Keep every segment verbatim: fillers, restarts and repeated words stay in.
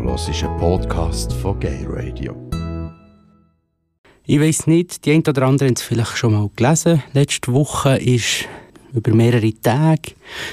hörst einen Podcast von Gay Radio. Ich weiss nicht, die einen oder anderen haben es vielleicht schon mal gelesen. Letzte Woche ist über mehrere Tage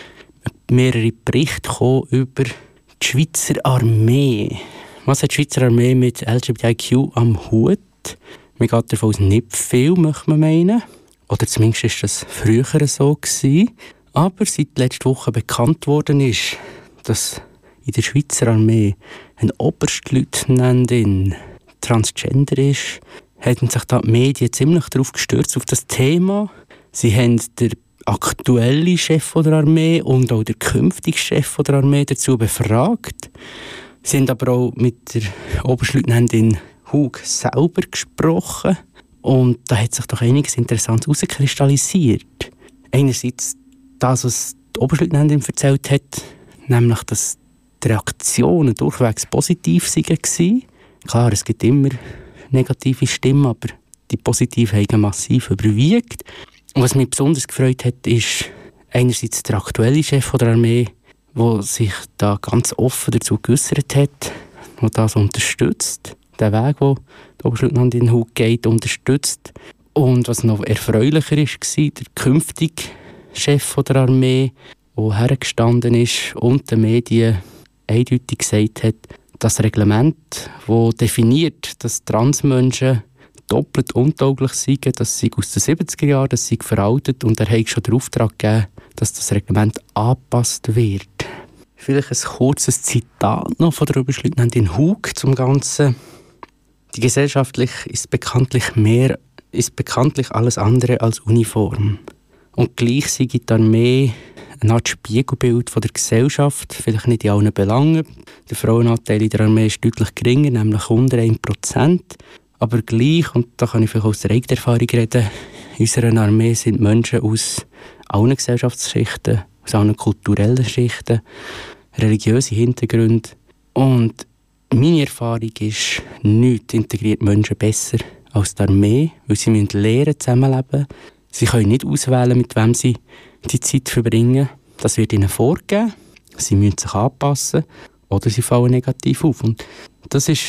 mehrere Berichte gekommen über die Schweizer Armee. Was hat die Schweizer Armee mit L G B T I Q am Hut? Man geht davon aus, nicht viel, möchte man meinen. Oder zumindest war das früher so gewesen. Aber seit letzter Woche bekannt worden ist, dass in der Schweizer Armee eine Oberstleutnantin transgender ist, haben sich da die Medien ziemlich darauf gestürzt, auf das Thema. Sie haben den aktuellen Chef der Armee und auch den künftigen Chef der Armee dazu befragt. Sie haben aber auch mit der Oberstleutnantin Hug selber gesprochen. Und da hat sich doch einiges Interessantes herauskristallisiert. Einerseits das, was die Oberstleutnantin erzählt hat, nämlich, dass die Reaktionen durchwegs positiv waren. Klar, es gibt immer negative Stimmen, aber die positiven haben massiv überwiegt. Und was mich besonders gefreut hat, ist einerseits der aktuelle Chef der Armee, der sich da ganz offen dazu geäussert hat, der das unterstützt, den Weg, den die Oberstleutnantin Hug geht, unterstützt. Und was noch erfreulicher war, der künftige Chef der Armee, der hergestanden ist und den Medien eindeutig gesagt hat, das Reglement, das definiert, dass Transmenschen doppelt untauglich sind, das sei aus den siebziger Jahren, das sei veraltet und er hat schon den Auftrag gegeben, dass das Reglement angepasst wird. Vielleicht ein kurzes Zitat noch von der Oberstleutnantin Hug zum Ganzen. Die gesellschaftlich ist bekanntlich mehr, ist bekanntlich alles andere als uniform. Und gleich sei die Armee eine Art Spiegelbild von der Gesellschaft, vielleicht nicht in allen Belangen. Der Frauenanteil in der Armee ist deutlich geringer, nämlich unter ein Prozent. Aber gleich, und da kann ich vielleicht aus der eigenen Erfahrung reden, in unserer Armee sind Menschen aus allen Gesellschaftsschichten, aus allen kulturellen Schichten, religiöse Hintergründe. Und meine Erfahrung ist, nichts integriert Menschen besser als die Armee, weil sie müssen lernen, zusammenleben. Sie können nicht auswählen, mit wem sie die Zeit verbringen. Das wird ihnen vorgegeben. Sie müssen sich anpassen oder sie fallen negativ auf. Und das ist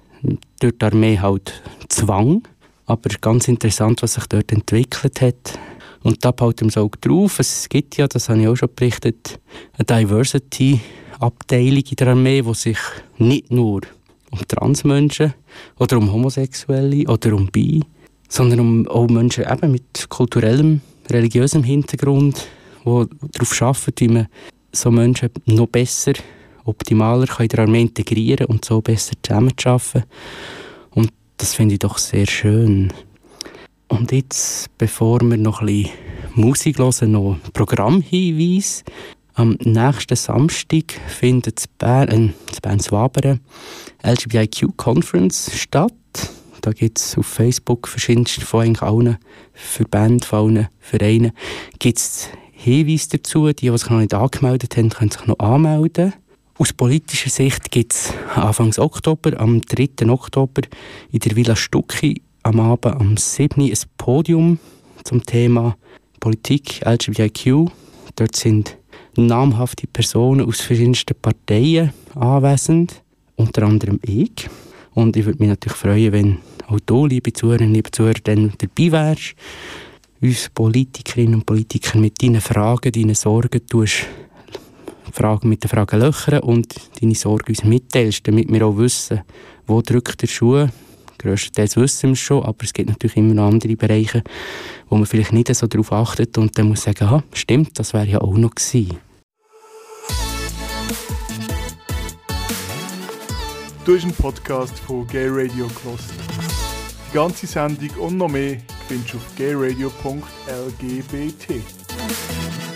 durch die Armee halt Zwang, aber ganz interessant, was sich dort entwickelt hat. Und da behalten wir es auch drauf. Es gibt ja, das habe ich auch schon berichtet, eine Diversity-Abteilung in der Armee, die sich nicht nur um Transmenschen oder um Homosexuelle oder um Bi, sondern um auch Menschen eben mit kulturellem, religiösem Hintergrund, die darauf arbeiten, wie man so Menschen noch besser, optimaler in der Armee integrieren und so besser zusammenarbeiten. Und das finde ich doch sehr schön. Und jetzt, bevor wir noch ein bisschen Musik hören, noch ein Programmhinweis. Am nächsten Samstag findet in Bern, äh, in Bern-Swaberen L G B T I Q Conference statt. Da gibt es auf Facebook verschiedenste von eigentlich allen Verbänden, von allen Vereinen, gibt es Hinweise dazu. Die, die sich noch nicht angemeldet haben, können sich noch anmelden. Aus politischer Sicht gibt es Anfang Oktober, am dritten Oktober, in der Villa Stucki am Abend am siebten ein Podium zum Thema Politik L G B T I Q. Dort sind namhafte Personen aus verschiedensten Parteien anwesend, unter anderem ich. Und ich würde mich natürlich freuen, wenn auch du, liebe Zuhörerinnen, liebe Zuhörer, dann dabei wärst, uns Politikerinnen und Politiker mit deinen Fragen, deinen Sorgen tust, Fragen mit den Fragen löchern und deine Sorgen uns mitteilst, damit wir auch wissen, wo drückt der Schuh. Grösstenteils wissen wir es schon, aber es gibt natürlich immer noch andere Bereiche, wo man vielleicht nicht so darauf achtet und dann muss sagen, aha, stimmt, das wäre ja auch noch gewesen. Du hast einen Podcast von Gay Radio gehört. Die ganze Sendung und noch mehr findest du auf gayradio punkt l g b t.